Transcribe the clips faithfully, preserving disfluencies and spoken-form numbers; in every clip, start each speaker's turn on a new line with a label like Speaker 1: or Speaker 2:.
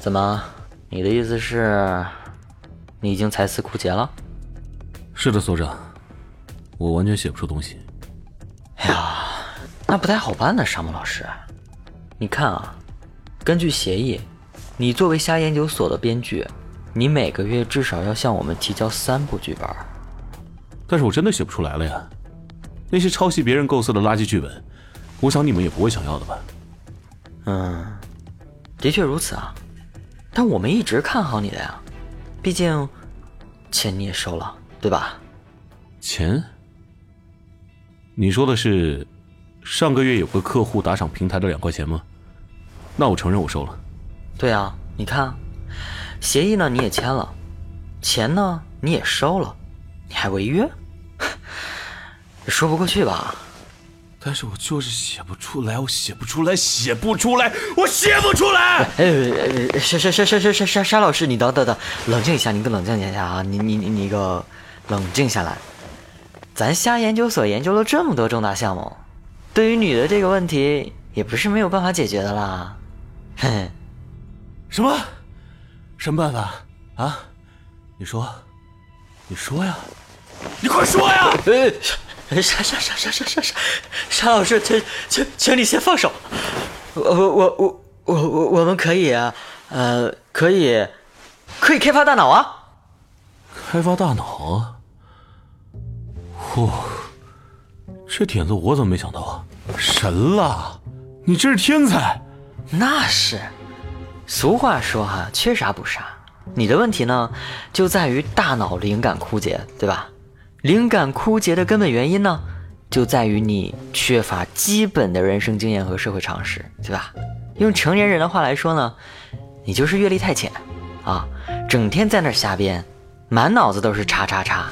Speaker 1: 怎么，你的意思是你已经才思枯竭了？
Speaker 2: 是的，所长，我完全写不出东西。
Speaker 1: 哎呀，那不太好办呢，沙漠老师。你看啊，根据协议，你作为虾研究所的编剧，你每个月至少要向我们提交三部剧本。
Speaker 2: 但是我真的写不出来了呀，那些抄袭别人构思的垃圾剧本，我想你们也不会想要的吧？
Speaker 1: 嗯，的确如此啊，但我们一直看好你的呀，毕竟钱你也收了，对吧？
Speaker 2: 钱？你说的是上个月有个客户打赏平台的两块钱吗？那我承认我收了。
Speaker 1: 对啊，你看，协议呢你也签了，钱呢你也收了，你还违约？说不过去吧？
Speaker 2: 但是我就是写不出来，我写不出来，写不出来，我写不出来！
Speaker 1: 哎，沙沙沙沙沙沙沙沙老师，你等等等，冷静一下，你给冷静一下啊！你你你你个冷静下来。咱虾研究所研究了这么多重大项目，对于你的这个问题，也不是没有办法解决的啦。嘿嘿。
Speaker 2: 什么？什么办法啊？你说，你说呀，你快说呀！
Speaker 1: 呃，沙沙沙沙沙沙沙，沙老师，请请请你先放手。我我我我我我我们可以啊，呃，可以可以开发大脑啊。
Speaker 2: 开发大脑啊？嚯，这点子我怎么没想到啊？神了，你真是天才！
Speaker 1: 那是。俗话说哈，缺啥补啥。你的问题呢，就在于大脑灵感枯竭，对吧？灵感枯竭的根本原因呢，就在于你缺乏基本的人生经验和社会常识，对吧？用成年人的话来说呢，你就是阅历太浅啊，整天在那儿瞎编，满脑子都是叉叉叉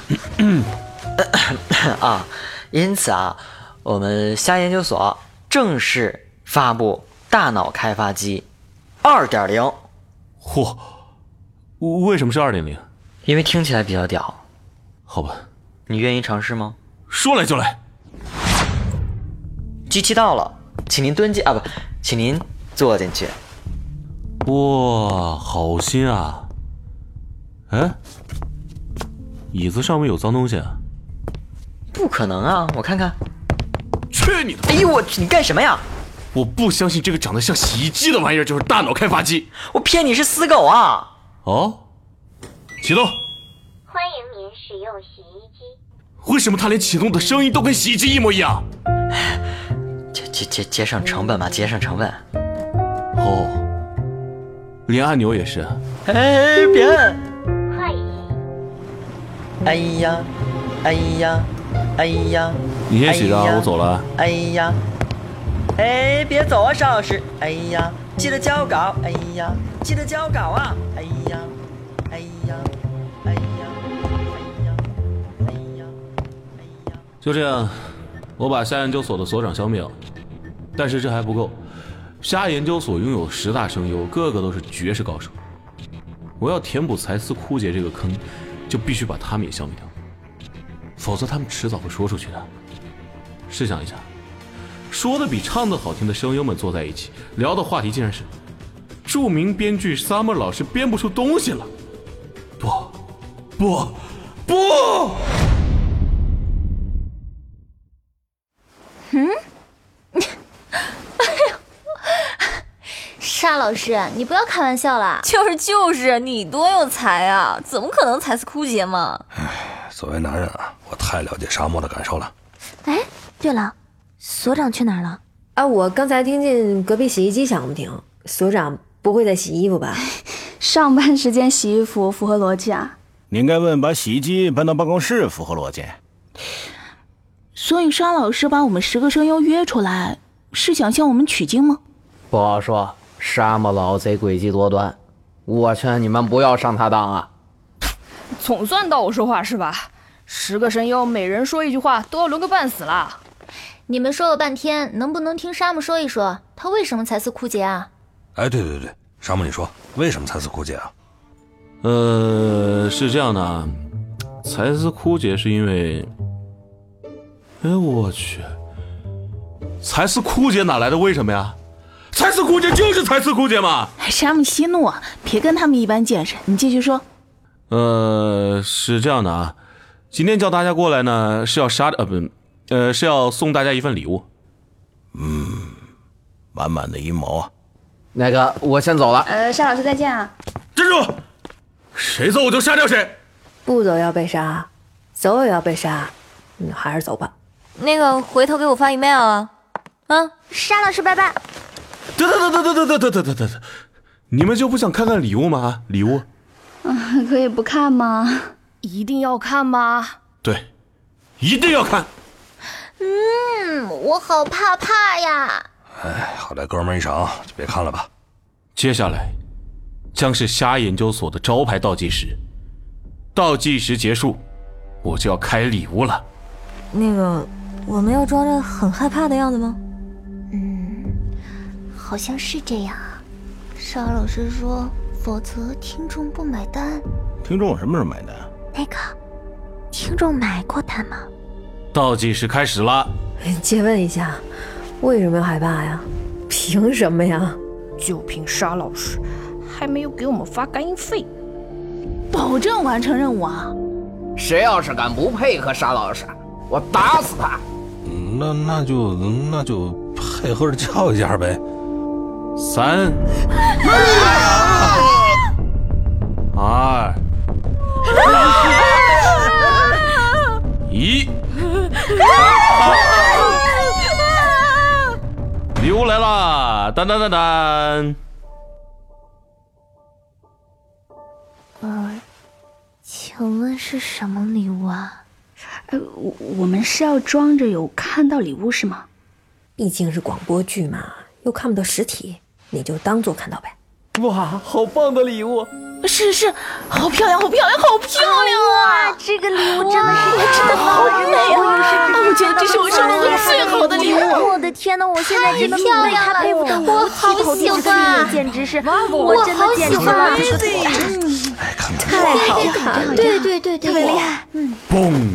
Speaker 1: 啊。因此啊，我们虾研究所正式发布大脑开发机二点零。
Speaker 2: 嚯，为什么是二点零？
Speaker 1: 因为听起来比较屌。
Speaker 2: 好吧，
Speaker 1: 你愿意尝试吗？
Speaker 2: 说来就来。
Speaker 1: 机器到了，请您蹲进啊，不，请您坐进去。
Speaker 2: 哇，好新啊！哎，椅子上面有脏东西啊？
Speaker 1: 不可能啊，我看看。
Speaker 2: 去你的！
Speaker 1: 哎呦我去，你干什么呀？
Speaker 2: 我不相信这个长得像洗衣机的玩意儿就是大脑开发机。
Speaker 1: 我骗你是死狗啊！
Speaker 2: 哦，启动。
Speaker 3: 欢迎您使用洗衣机。
Speaker 2: 为什么它连启动的声音都跟洗衣机一模一样？
Speaker 1: 节节节节省成本吧，节省成本。
Speaker 2: 哦，连按钮也是。
Speaker 1: 哎，别按！
Speaker 3: 快移。
Speaker 1: 哎呀，哎呀，哎呀！
Speaker 2: 你先洗着，
Speaker 1: 哎、
Speaker 2: 我走了。
Speaker 1: 哎呀，哎，别走啊，邵老师！哎呀，记得交稿！哎呀，记得交稿啊！哎呀，哎呀，哎呀，哎呀，哎呀，哎呀！
Speaker 2: 就这样，我把虾研究所的所长消灭了。但是这还不够，虾研究所拥有十大声优，个个都是绝世高手。我要填补才思枯竭这个坑，就必须把他们也消灭掉，否则他们迟早会说出去的。试想一下，说的比唱的好听的声优们坐在一起，聊的话题竟然是著名编剧 Summer 老师编不出东西了。不，不，不！
Speaker 3: 嗯？沙老师，你不要开玩笑啦！
Speaker 4: 就是就是，你多有才啊，怎么可能才思枯竭嘛？
Speaker 5: 唉，作为男人啊，我太了解沙漠的感受了。
Speaker 3: 哎，对了，所长去哪儿了？
Speaker 6: 啊，我刚才听见隔壁洗衣机响不停，所长不会在洗衣服吧？
Speaker 7: 上班时间洗衣服符合逻辑啊？
Speaker 8: 你应该问把洗衣机搬到办公室符合逻辑。
Speaker 7: 所以沙老师把我们十个声优约出来，是想向我们取经吗？
Speaker 9: 不好说，沙漠老贼诡计多端，我劝你们不要上他当啊。
Speaker 10: 总算到我说话是吧？十个声优每人说一句话，都要轮个半死了。
Speaker 3: 你们说了半天，能不能听沙漠说一说，他为什么才思枯竭啊？
Speaker 5: 哎，对对对，沙漠，你说为什么才思枯竭啊？
Speaker 2: 呃，是这样的啊，才思枯竭是因为，哎，我去，才思枯竭哪来的为什么呀？ 才思枯竭就是才思枯竭嘛。
Speaker 7: 沙姆息怒，别跟他们一般见识，你继续说。
Speaker 2: 呃，是这样的啊，今天叫大家过来呢，是要杀呃不，呃是要送大家一份礼物。
Speaker 8: 嗯，满满的阴谋啊。
Speaker 9: 那个，我先走了。
Speaker 10: 呃，沙老师再见啊。
Speaker 2: 站住！谁走我就杀掉谁。
Speaker 6: 不走要被杀，走也要被杀，嗯，还是走吧。
Speaker 4: 那个，回头给我发 email 啊。啊，
Speaker 3: 沙老师拜拜。
Speaker 2: 得得得得得得得得得得得，你们就不想看看礼物吗？礼物？
Speaker 10: 嗯，可以不看吗？一定要看吗？
Speaker 2: 对，一定要看。
Speaker 3: 嗯，我好怕怕呀。
Speaker 5: 哎，好歹哥们一场，就别看了吧。
Speaker 2: 接下来将是虾研究所的招牌倒计时，倒计时结束，我就要开礼物了。
Speaker 4: 那个，我们要装着很害怕的样子吗？
Speaker 3: 嗯，好像是这样啊。沙老师说，否则听众不买单。
Speaker 8: 听众什么时候买单？
Speaker 3: 那个，听众买过单吗？
Speaker 2: 倒计时开始了。
Speaker 6: 借问一下，为什么要害怕呀？凭什么呀？
Speaker 10: 就凭沙老师还没有给我们发干预费，
Speaker 7: 保证完成任务啊！
Speaker 9: 谁要是敢不配合沙老师，我打死他。
Speaker 5: 嗯，那那就那就配合着叫一下呗。
Speaker 2: 三、二、一，礼物来啦！当当当当。
Speaker 3: 呃，请问是什么礼物啊？
Speaker 10: 呃，我我们是要装着有看到礼物是吗？
Speaker 6: 毕竟是广播剧嘛，又看不到实体，你就当做看到呗。
Speaker 9: 哇，好棒的礼物！
Speaker 7: 是是，好漂亮，好漂亮，好漂亮啊！
Speaker 3: 哇，这个礼物真的是
Speaker 7: 真的好美啊！我觉得这是我收到过最好的礼物。
Speaker 3: 我的天哪，我现在真的被他佩服的五体投地了，简直是，我真的简直了，
Speaker 5: 哎，看看，
Speaker 6: 太好看了，
Speaker 3: 对对对对，
Speaker 10: 特别厉害。
Speaker 3: 嗯，
Speaker 2: 嘣！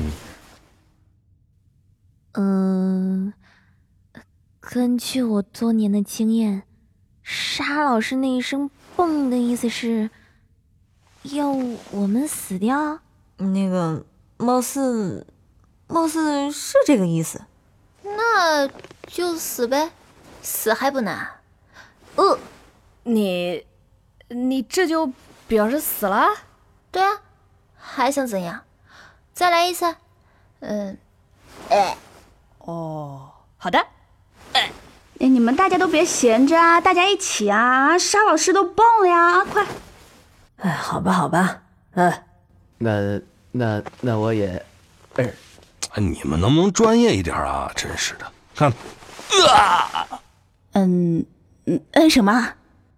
Speaker 3: 嗯，根据我多年的经验，沙老师那一声“蹦”的意思是要我们死掉？
Speaker 4: 那个，貌似，貌似是这个意思。
Speaker 3: 那就死呗，死还不难。呃，
Speaker 10: 你，你这就表示死了？
Speaker 3: 对啊，还想怎样？再来一次。嗯，哎，
Speaker 10: 哦，好的。哎，你们大家都别闲着啊，大家一起啊！沙老师都蹦了呀，快！
Speaker 6: 哎，好吧，好吧，嗯，
Speaker 9: 那那那我也，哎，
Speaker 5: 哎，你们能不能专业一点啊？真是的，看，
Speaker 7: 啊，嗯嗯嗯，什么？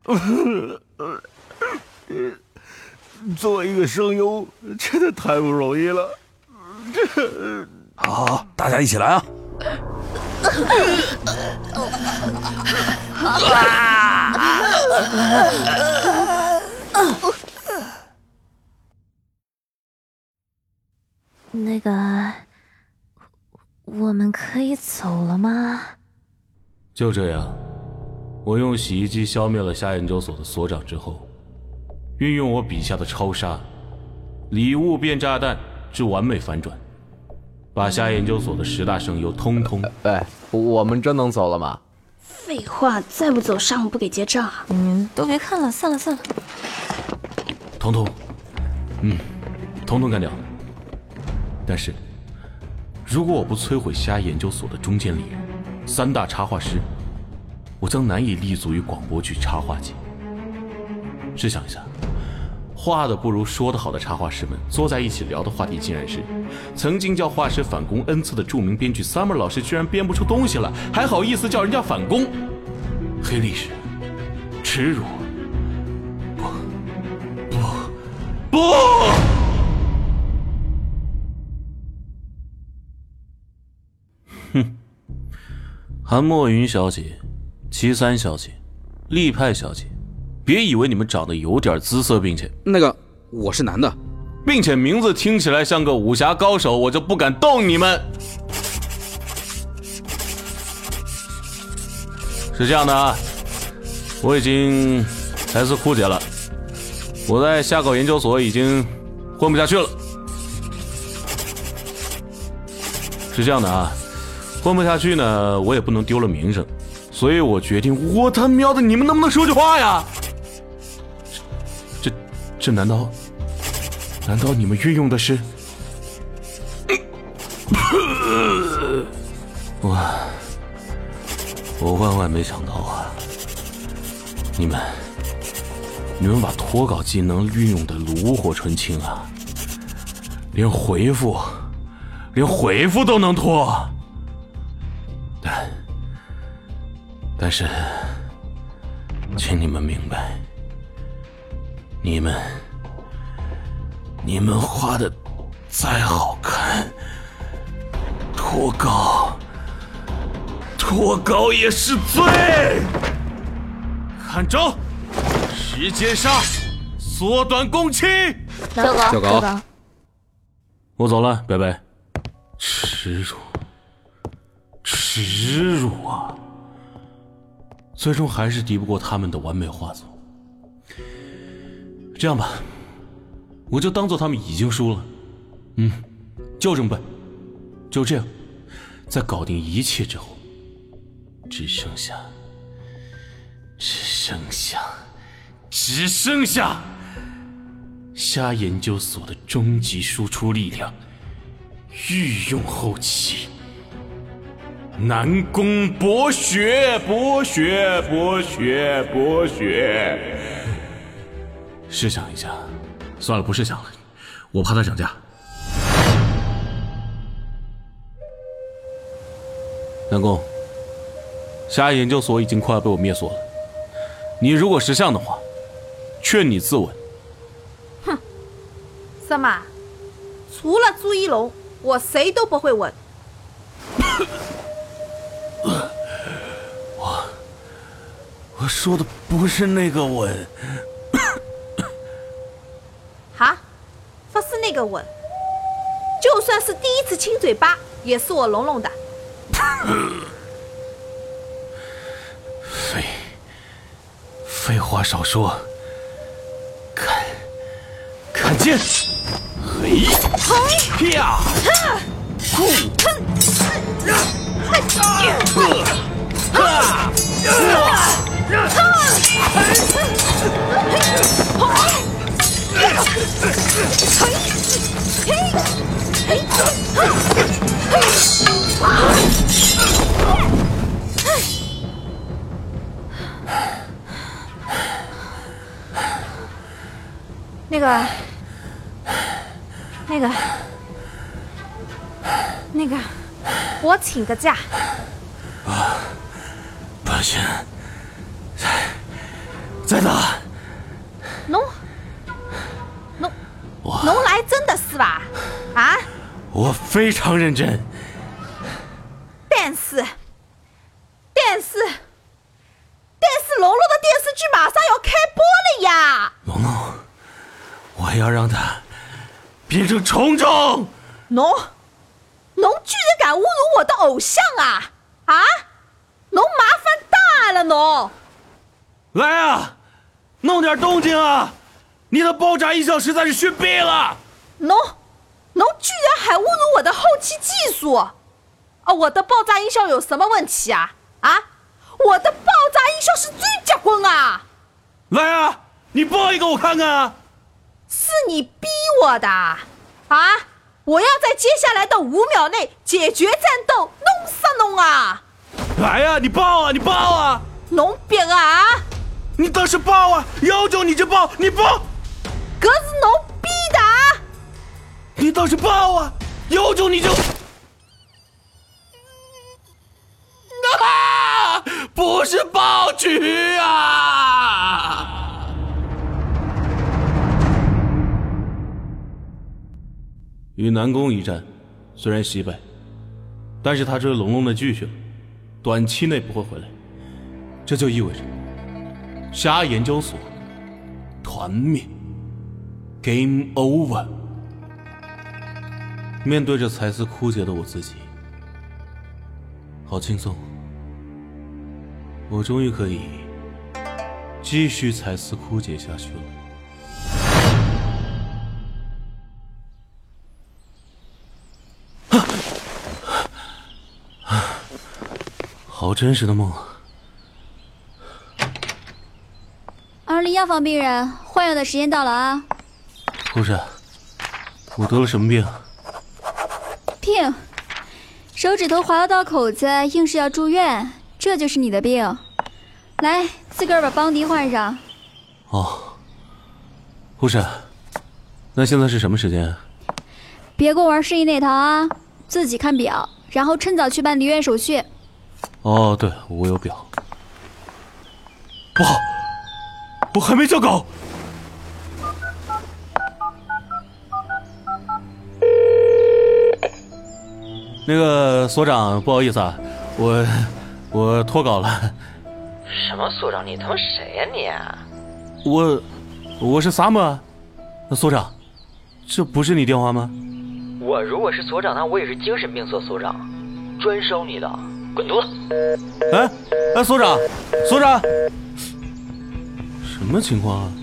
Speaker 8: 作为一个声优，真的太不容易了。这，
Speaker 5: 好，好，大家一起来啊！
Speaker 3: 那个，我们可以走了吗？
Speaker 2: 就这样，我用洗衣机消灭了虾研究所的所长之后，运用我笔下的超杀，礼物变炸弹至完美反转，把虾研究所的十大声优通通……
Speaker 9: 哎，我们真能走了吗？
Speaker 10: 废话，再不走上午不给结账啊！
Speaker 4: 嗯，都别看了，散了散了。
Speaker 2: 通通，嗯，通通干掉。但是，如果我不摧毁虾研究所的中坚力量，三大插画师，我将难以立足于广播剧插画界。试想一下，画的不如说的好的插画师们坐在一起聊的话题，竟然是曾经叫画师反攻 N 次的著名编剧 Summer 老师居然编不出东西了，还好意思叫人家反攻？黑历史，耻辱！不，不，不！哼，韩墨云小姐、齐三小姐、立派小姐，别以为你们长得有点姿色，并且
Speaker 11: 那个我是男的，
Speaker 2: 并且名字听起来像个武侠高手，我就不敢动你们。是这样的啊， 我已经才思枯竭了，我在下稿研究所已经混不下去了。是这样的啊，混不下去呢，我也不能丢了名声，所以我决定，我他喵的，你们能不能说句话呀？这这这难道难道你们运用的是？我我万万没想到啊！你们你们把脱稿技能运用的炉火纯青啊，连回复连回复都能脱。但但是，请你们明白，你们你们画的再好看，脱稿脱稿也是罪。看招，时间杀，缩短工期。
Speaker 3: 交稿，
Speaker 9: 交稿。
Speaker 2: 我走了，拜拜。耻辱，耻辱啊！最终还是敌不过他们的完美画作。这样吧，我就当做他们已经输了。嗯，就这么办。就这样，在搞定一切之后，只剩下，只剩下，只剩下虾研究所的终极输出力量——御用后期。南宫博学，博学，博学，博学。试想一下，算了，不试想了，我怕他涨价。南宫，虾研究所已经快要被我灭锁了，你如果识相的话，劝你自刎。
Speaker 11: 哼，什么？除了朱一龙，我谁都不会吻。
Speaker 2: 我我说的不是那个吻。
Speaker 11: 哈，不是那个吻，就算是第一次亲嘴巴，也是我龙龙的。
Speaker 2: 废废话少说，看看剑，嘿，啪，呼，
Speaker 11: 那个，那个，那个，我请个假。
Speaker 2: 啊，不行，再再打。
Speaker 11: 侬，侬，侬来真的是吧？啊？
Speaker 2: 我非常认真。
Speaker 11: 但是，但是，但是龙龙的电视剧马上要开播了呀！
Speaker 2: 龙龙，我要让他变成虫虫！
Speaker 11: 侬，侬居然敢侮辱我的偶像啊！啊！侬麻烦大了，侬！
Speaker 2: 来啊，弄点动静啊！你的爆炸音效实在是逊毙了！
Speaker 11: 侬，侬居然还侮辱我的后期技术！啊，我的爆炸音效有什么问题啊？啊，我的爆炸音效是最结棍啊！
Speaker 2: 来啊，你爆一个我看看啊！
Speaker 11: 是你逼我的啊！我要在接下来的五秒内解决战斗，弄死侬啊！
Speaker 2: 来呀、啊，你爆啊，你爆啊！
Speaker 11: 侬别啊！
Speaker 2: 你倒是爆啊！要求你就爆，你爆！
Speaker 11: 可是侬逼的啊！
Speaker 2: 你倒是爆啊！要求你就……啊！不是爆菊啊！与南宫一战，虽然惜败，但是他追龙龙的继续了，短期内不会回来。这就意味着虾研究所团灭 ，Game Over。面对着才思枯竭的我自己，好轻松。我终于可以继续猜思枯竭下去了。好真实的梦。
Speaker 10: 二零药房病人换药的时间到了啊！
Speaker 2: 护士，我得了什么病？
Speaker 10: 病，手指头划了道口子，硬是要住院，这就是你的病。来，自个儿把邦迪换上。
Speaker 2: 哦，护士，那现在是什么时间？
Speaker 10: 别跟我玩示意那套啊！自己看表，然后趁早去办离院手续。
Speaker 2: 哦，对，我有表。不好，我还没交稿。那个所长，不好意思啊，我我脱稿了。
Speaker 1: 什么所长？你他妈谁呀你？
Speaker 2: 我我是 Summer。那所长，这不是你电话吗？
Speaker 1: 我如果是所长，那我也是精神病所所长，专收你的，滚犊子！
Speaker 2: 哎哎，所长，所长，什么情况啊？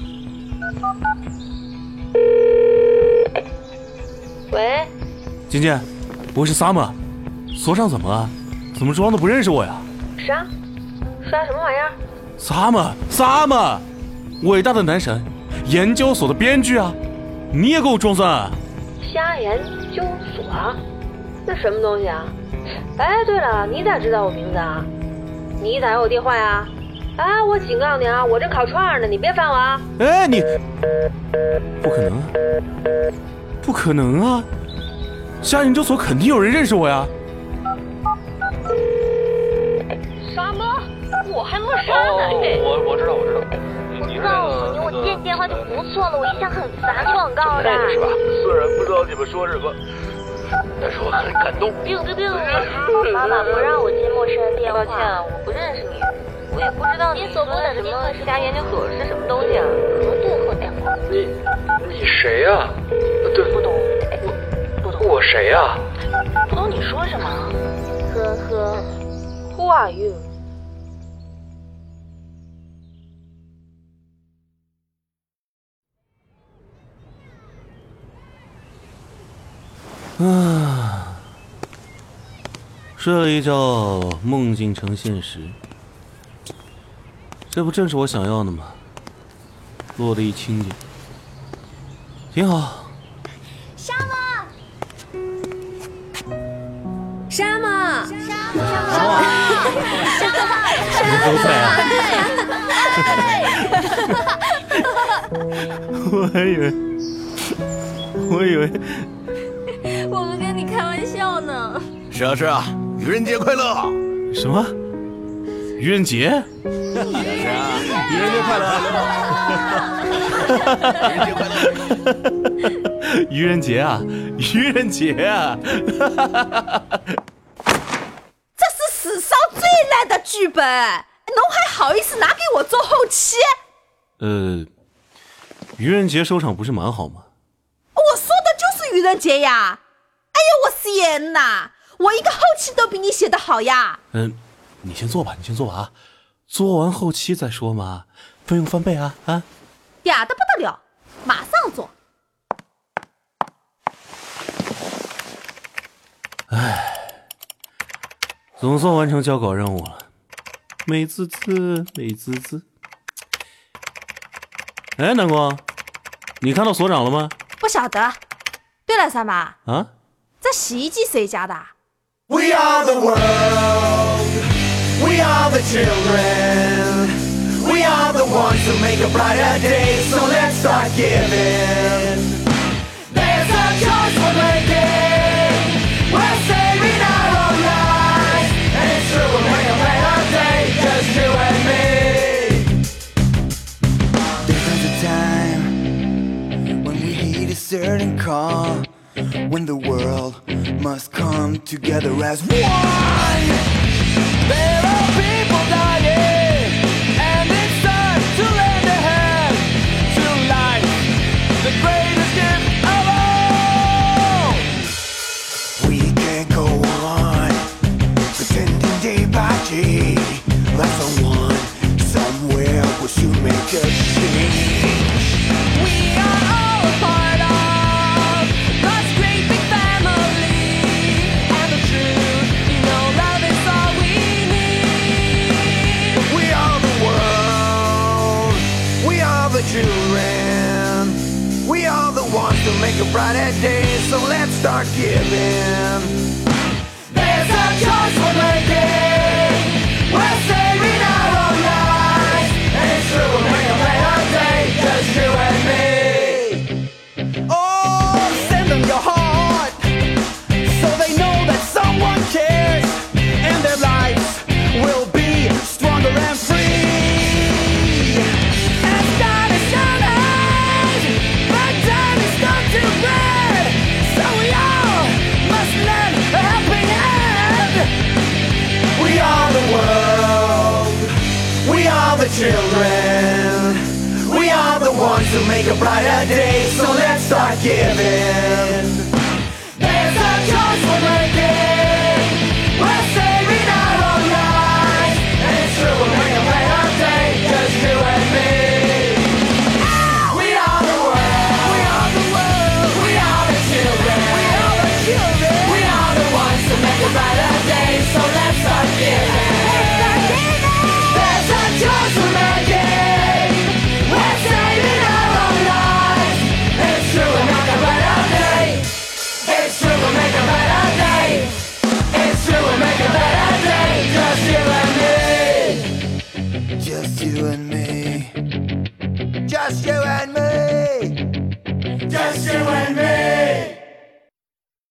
Speaker 6: 喂，
Speaker 2: 金金，我是 Summer， 所长怎么了？怎么装的不认识我呀？
Speaker 6: 啥？啥什么玩意儿
Speaker 2: ？Summer Summer， 伟大的男神，研究所的编剧啊！你也给我装蒜啊？
Speaker 6: 瞎研究所？那什么东西啊？哎，对了，你咋知道我名字啊？你咋有我电话呀？啊，我警告你啊，我这烤串呢，你别烦我啊！
Speaker 2: 哎，你不可能啊！不可能啊！瞎研究所肯定有人认识我呀！
Speaker 6: 啥吗？我还没啥呢！
Speaker 12: 哦，我我知道，我知道。
Speaker 6: 我告诉你，我接你电话就不错了，我一向很烦广告的。
Speaker 8: 是吧？虽然不知道你们说什么，但是我很感动。
Speaker 6: biu biu biu，妈妈不让我接陌生人电话。抱歉，我不认识你，我也不知道你所拨打的电话是瞎研究所是什么东西啊？核对后电话。
Speaker 12: 你你谁呀？对，
Speaker 6: 不懂，
Speaker 12: 我不懂，我谁呀？
Speaker 6: 不懂你说什么？呵呵 ，Who are you？
Speaker 2: 啊，睡了一觉，梦境成现实，这不正是我想要的吗？落得一清静，挺好。
Speaker 6: 沙漠，沙漠，沙漠，沙漠，沙漠，
Speaker 2: 你狗仔啊！我还以为，我以为。
Speaker 6: 我们跟你开玩笑呢。
Speaker 8: 是啊是啊，愚人节快乐！
Speaker 2: 什么？愚人节？
Speaker 8: 是啊，愚人节快乐！
Speaker 2: 愚人节啊，愚人节啊！
Speaker 11: 这是史上最烂的剧本，侬还好意思拿给我做后期？
Speaker 2: 呃，愚人节收场不是蛮好吗？
Speaker 11: 我说的就是愚人节呀！哎呦，我天哪！我一个后期都比你写的好呀！
Speaker 2: 嗯，你先做吧，你先做吧啊，做完后期再说嘛，费用翻倍啊啊！
Speaker 11: 嗲的不得了，马上做。
Speaker 2: 唉，总算完成交稿任务了，美滋滋，美滋滋。哎，南光，你看到所长了吗？
Speaker 11: 不晓得。对了，三妈
Speaker 2: 啊，
Speaker 11: 这洗衣机谁家的？We
Speaker 13: are the world, we are the children, we are the ones who make a brighter day, so let's start giving. There's a choice we're making, we're saving our own lives, and it's true we'll make a brighter day, just you and me. There comes a time when we heed a certain call, when the world must come together as one. There are people dying, and it's time to lend a hand to life, the greatest gift of all. We can't go on pretending day by day like someone somewhere will soon make the children. We are the ones to make a brighter day, so let's start giving. There's a choice we're making. We're saving our own lives, and it's true we'll make a better day, just you and me. Oh, send them your heart, so they know that someone cares, and their lives will be stronger and free. Children, we are the ones who make a brighter day, so let's start giving.